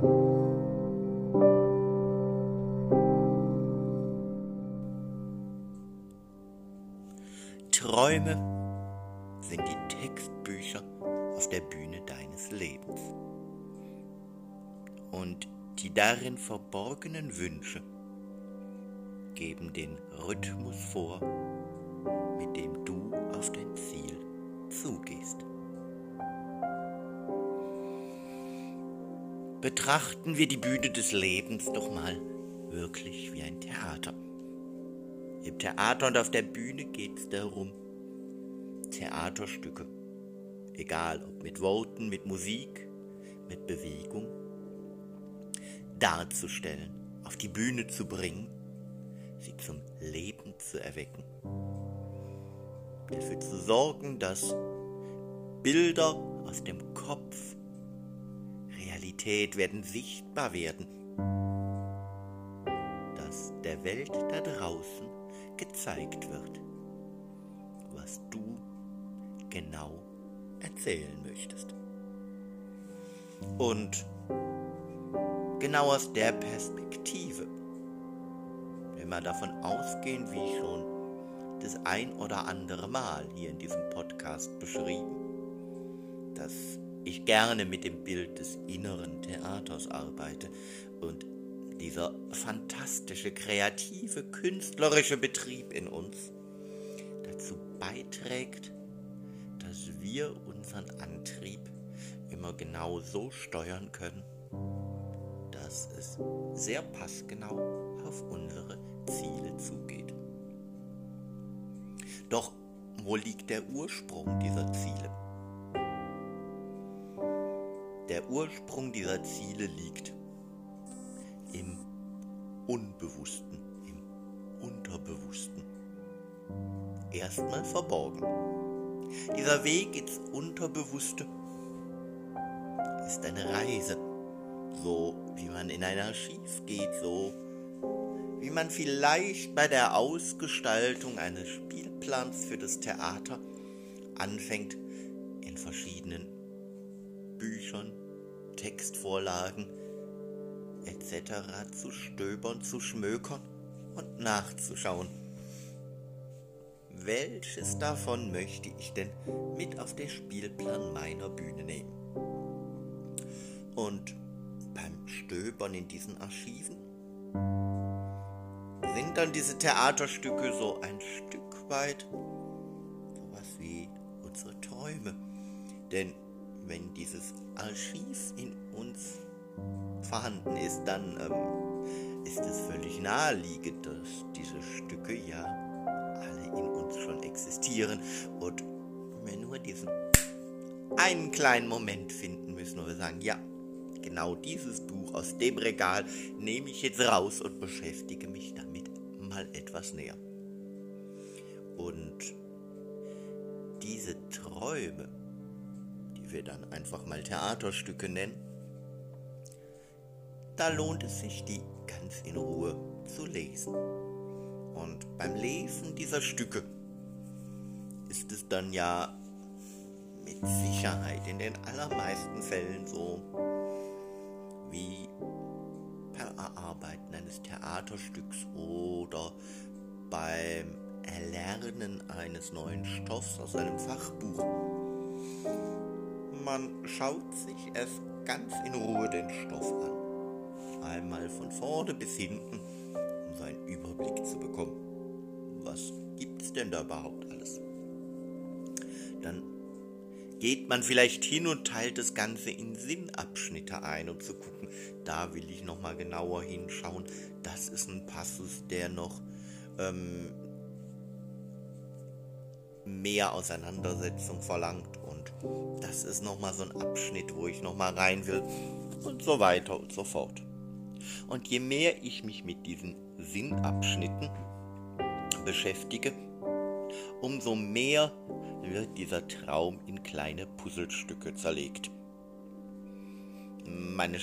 Träume sind die Textbücher auf der Bühne deines Lebens. Und die darin verborgenen Wünsche geben den Rhythmus vor, mit dem du auf dein Ziel zugehst. Betrachten wir die Bühne des Lebens doch mal wirklich wie ein Theater. Im Theater und auf der Bühne geht es darum, Theaterstücke, egal ob mit Worten, mit Musik, mit Bewegung, darzustellen, auf die Bühne zu bringen, sie zum Leben zu erwecken, dafür zu sorgen, dass Bilder aus dem Kopf Realität werden, sichtbar werden, dass der Welt da draußen gezeigt wird, was du genau erzählen möchtest. Und genau aus der Perspektive, wenn wir davon ausgehen, wie schon das ein oder andere Mal hier in diesem Podcast beschrieben, dass ich gerne mit dem Bild des inneren Theaters arbeite und dieser fantastische, kreative, künstlerische Betrieb in uns dazu beiträgt, dass wir unseren Antrieb immer genau so steuern können, dass es sehr passgenau auf unsere Ziele zugeht. Doch wo liegt der Ursprung dieser Ziele? Der Ursprung dieser Ziele liegt im Unbewussten, im Unterbewussten. Erstmal verborgen. Dieser Weg ins Unterbewusste ist eine Reise, so wie man in ein Archiv geht, so wie man vielleicht bei der Ausgestaltung eines Spielplans für das Theater anfängt, in verschiedenen Büchern, Textvorlagen etc. zu stöbern, zu schmökern und nachzuschauen. Welches davon möchte ich denn mit auf den Spielplan meiner Bühne nehmen? Und beim Stöbern in diesen Archiven sind dann diese Theaterstücke so ein Stück weit sowas wie unsere Träume. Denn wenn dieses Archiv in uns vorhanden ist, dann ist es völlig naheliegend, dass diese Stücke ja alle in uns schon existieren und wir nur diesen einen kleinen Moment finden müssen, wo wir sagen, ja, genau dieses Buch aus dem Regal nehme ich jetzt raus und beschäftige mich damit mal etwas näher. Und diese Träume, die wir dann einfach mal Theaterstücke nennen, da lohnt es sich, die ganz in Ruhe zu lesen. Und beim Lesen dieser Stücke ist es dann ja mit Sicherheit in den allermeisten Fällen so, wie beim Erarbeiten eines Theaterstücks oder beim Erlernen eines neuen Stoffs aus einem Fachbuch. Man schaut sich erst ganz in Ruhe den Stoff an. Einmal von vorne bis hinten, um so einen Überblick zu bekommen. Was gibt's denn da überhaupt alles? Dann geht man vielleicht hin und teilt das Ganze in Sinnabschnitte ein, um zu gucken, da will ich nochmal genauer hinschauen. Das ist ein Passus, der noch mehr Auseinandersetzung verlangt und das ist nochmal so ein Abschnitt, wo ich nochmal rein will und so weiter und so fort. Und je mehr ich mich mit diesen Sinnabschnitten beschäftige, umso mehr wird dieser Traum in kleine Puzzlestücke zerlegt. Meine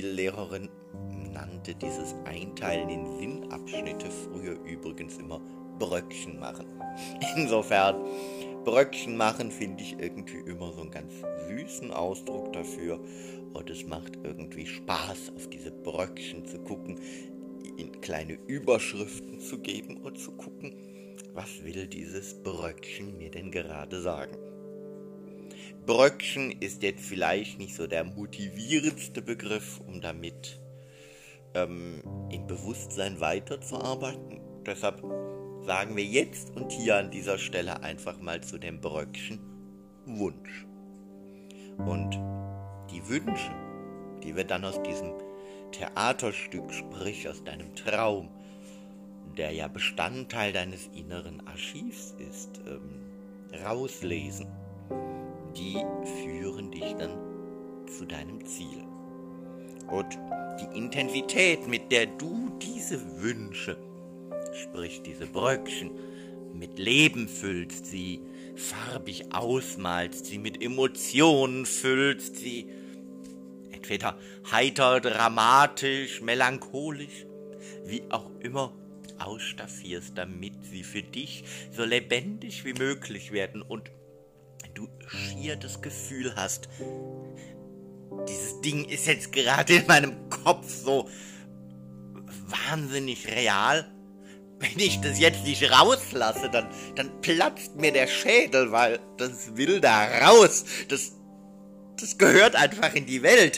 Schauspiellehrerin nannte dieses Einteilen in Sinnabschnitte früher übrigens immer Bröckchen machen. Insofern, Bröckchen machen finde ich irgendwie immer so einen ganz süßen Ausdruck dafür. Und es macht irgendwie Spaß, auf diese Bröckchen zu gucken, in kleine Überschriften zu geben und zu gucken, was will dieses Bröckchen mir denn gerade sagen. Bröckchen ist jetzt vielleicht nicht so der motivierendste Begriff, um damit im Bewusstsein weiterzuarbeiten. Deshalb sagen wir jetzt und hier an dieser Stelle einfach mal zu dem Bröckchen Wunsch. Und die Wünsche, die wir dann aus diesem Theaterstück, sprich aus deinem Traum, der ja Bestandteil deines inneren Archivs ist, rauslesen, die führen dich dann zu deinem Ziel. Und die Intensität, mit der du diese Wünsche, sprich diese Bröckchen, mit Leben füllst, sie farbig ausmalst, sie mit Emotionen füllst, sie entweder heiter, dramatisch, melancholisch, wie auch immer ausstaffierst, damit sie für dich so lebendig wie möglich werden und du schier das Gefühl hast, dieses Ding ist jetzt gerade in meinem Kopf so wahnsinnig real. Wenn ich das jetzt nicht rauslasse, dann platzt mir der Schädel, weil das will da raus. Das gehört einfach in die Welt.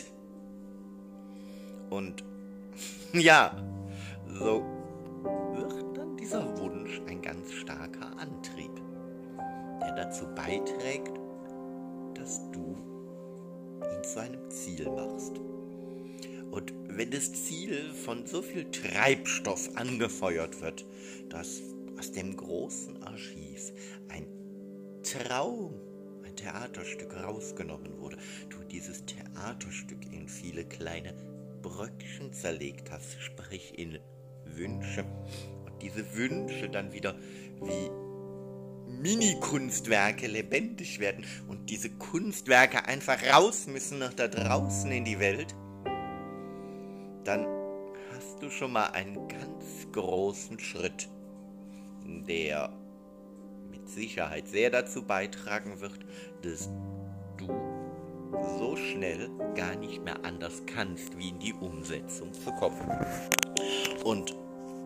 Und ja, so wird dann dieser Wunsch ein ganz starker Antrieb, der dazu beiträgt, dass du ihn zu einem Ziel machst. Und wenn das Ziel von so viel Treibstoff angefeuert wird, dass aus dem großen Archiv ein Traum, ein Theaterstück rausgenommen wurde, du dieses Theaterstück in viele kleine Bröckchen zerlegt hast, sprich in Wünsche, und diese Wünsche dann wieder wie Mini-Kunstwerke lebendig werden und diese Kunstwerke einfach raus müssen nach da draußen in die Welt, dann hast du schon mal einen ganz großen Schritt, der mit Sicherheit sehr dazu beitragen wird, dass du so schnell gar nicht mehr anders kannst, wie in die Umsetzung zu kommen. Und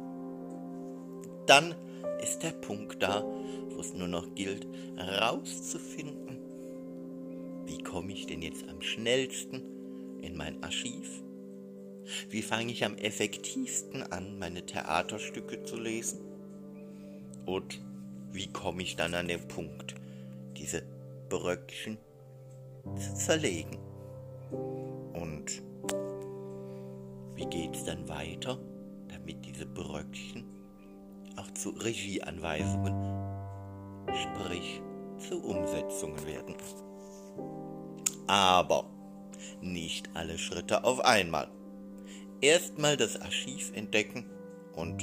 dann ist der Punkt da, wo es nur noch gilt, herauszufinden, wie komme ich denn jetzt am schnellsten in mein Archiv? Wie fange ich am effektivsten an, meine Theaterstücke zu lesen? Und wie komme ich dann an den Punkt, diese Bröckchen zu zerlegen? Und wie geht es dann weiter, damit diese Bröckchen auch zu Regieanweisungen, sprich zu Umsetzungen werden? Aber nicht alle Schritte auf einmal. Erstmal das Archiv entdecken, und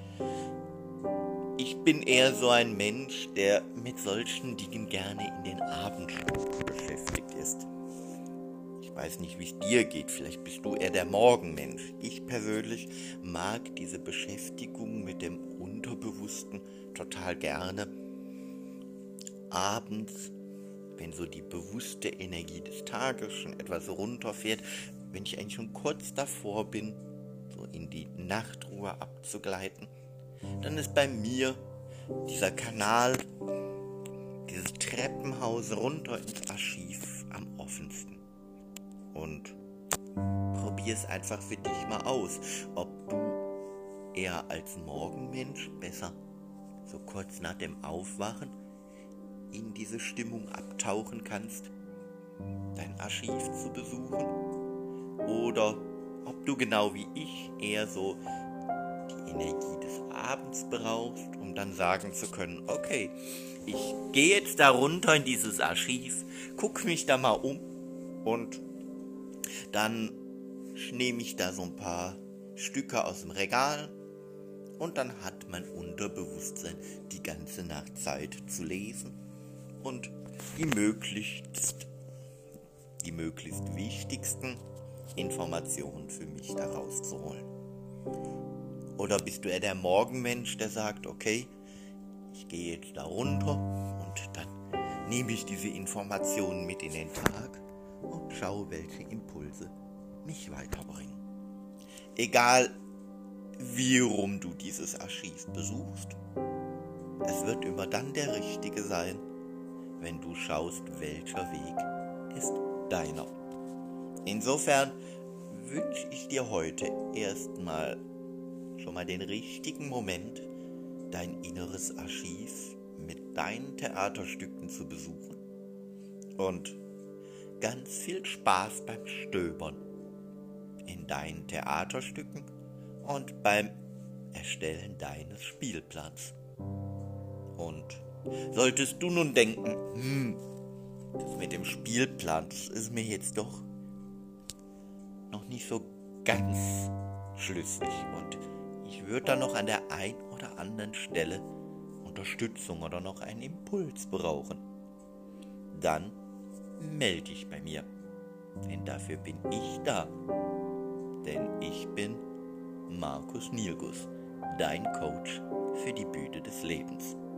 ich bin eher so ein Mensch, der mit solchen Dingen gerne in den Abendstunden beschäftigt ist. Ich weiß nicht, wie es dir geht, vielleicht bist du eher der Morgenmensch. Ich persönlich mag diese Beschäftigung mit dem Unterbewussten total gerne. Abends, wenn so die bewusste Energie des Tages schon etwas runterfährt, wenn ich eigentlich schon kurz davor bin, so in die Nachtruhe abzugleiten, dann ist bei mir dieser Kanal, dieses Treppenhaus runter ins Archiv am offensten. Und probier es einfach für dich mal aus, ob du eher als Morgenmensch besser so kurz nach dem Aufwachen in diese Stimmung abtauchen kannst, dein Archiv zu besuchen, oder ob du genau wie ich eher so die Energie des Abends brauchst, um dann sagen zu können, okay, ich gehe jetzt da runter in dieses Archiv, guck mich da mal um und dann nehme ich da so ein paar Stücke aus dem Regal und dann hat mein Unterbewusstsein die ganze Nacht Zeit zu lesen und die möglichst wichtigsten Informationen für mich da rauszuholen. Oder bist du eher der Morgenmensch, der sagt, okay, ich gehe jetzt da runter und dann nehme ich diese Informationen mit in den Tag und schaue, welche Impulse mich weiterbringen. Egal, wie rum du dieses Archiv besuchst, es wird immer dann der richtige sein, wenn du schaust, welcher Weg ist deiner. Insofern wünsche ich dir heute erstmal schon mal den richtigen Moment, dein inneres Archiv mit deinen Theaterstücken zu besuchen und ganz viel Spaß beim Stöbern in deinen Theaterstücken und beim Erstellen deines Spielplans. Und solltest du nun denken, das mit dem Spielplan, das ist mir jetzt doch noch nicht so ganz schlüssig und ich würde da noch an der einen oder anderen Stelle Unterstützung oder noch einen Impuls brauchen, dann melde dich bei mir, denn dafür bin ich da. Denn ich bin Markus Nilgus, dein Coach für die Bühne des Lebens.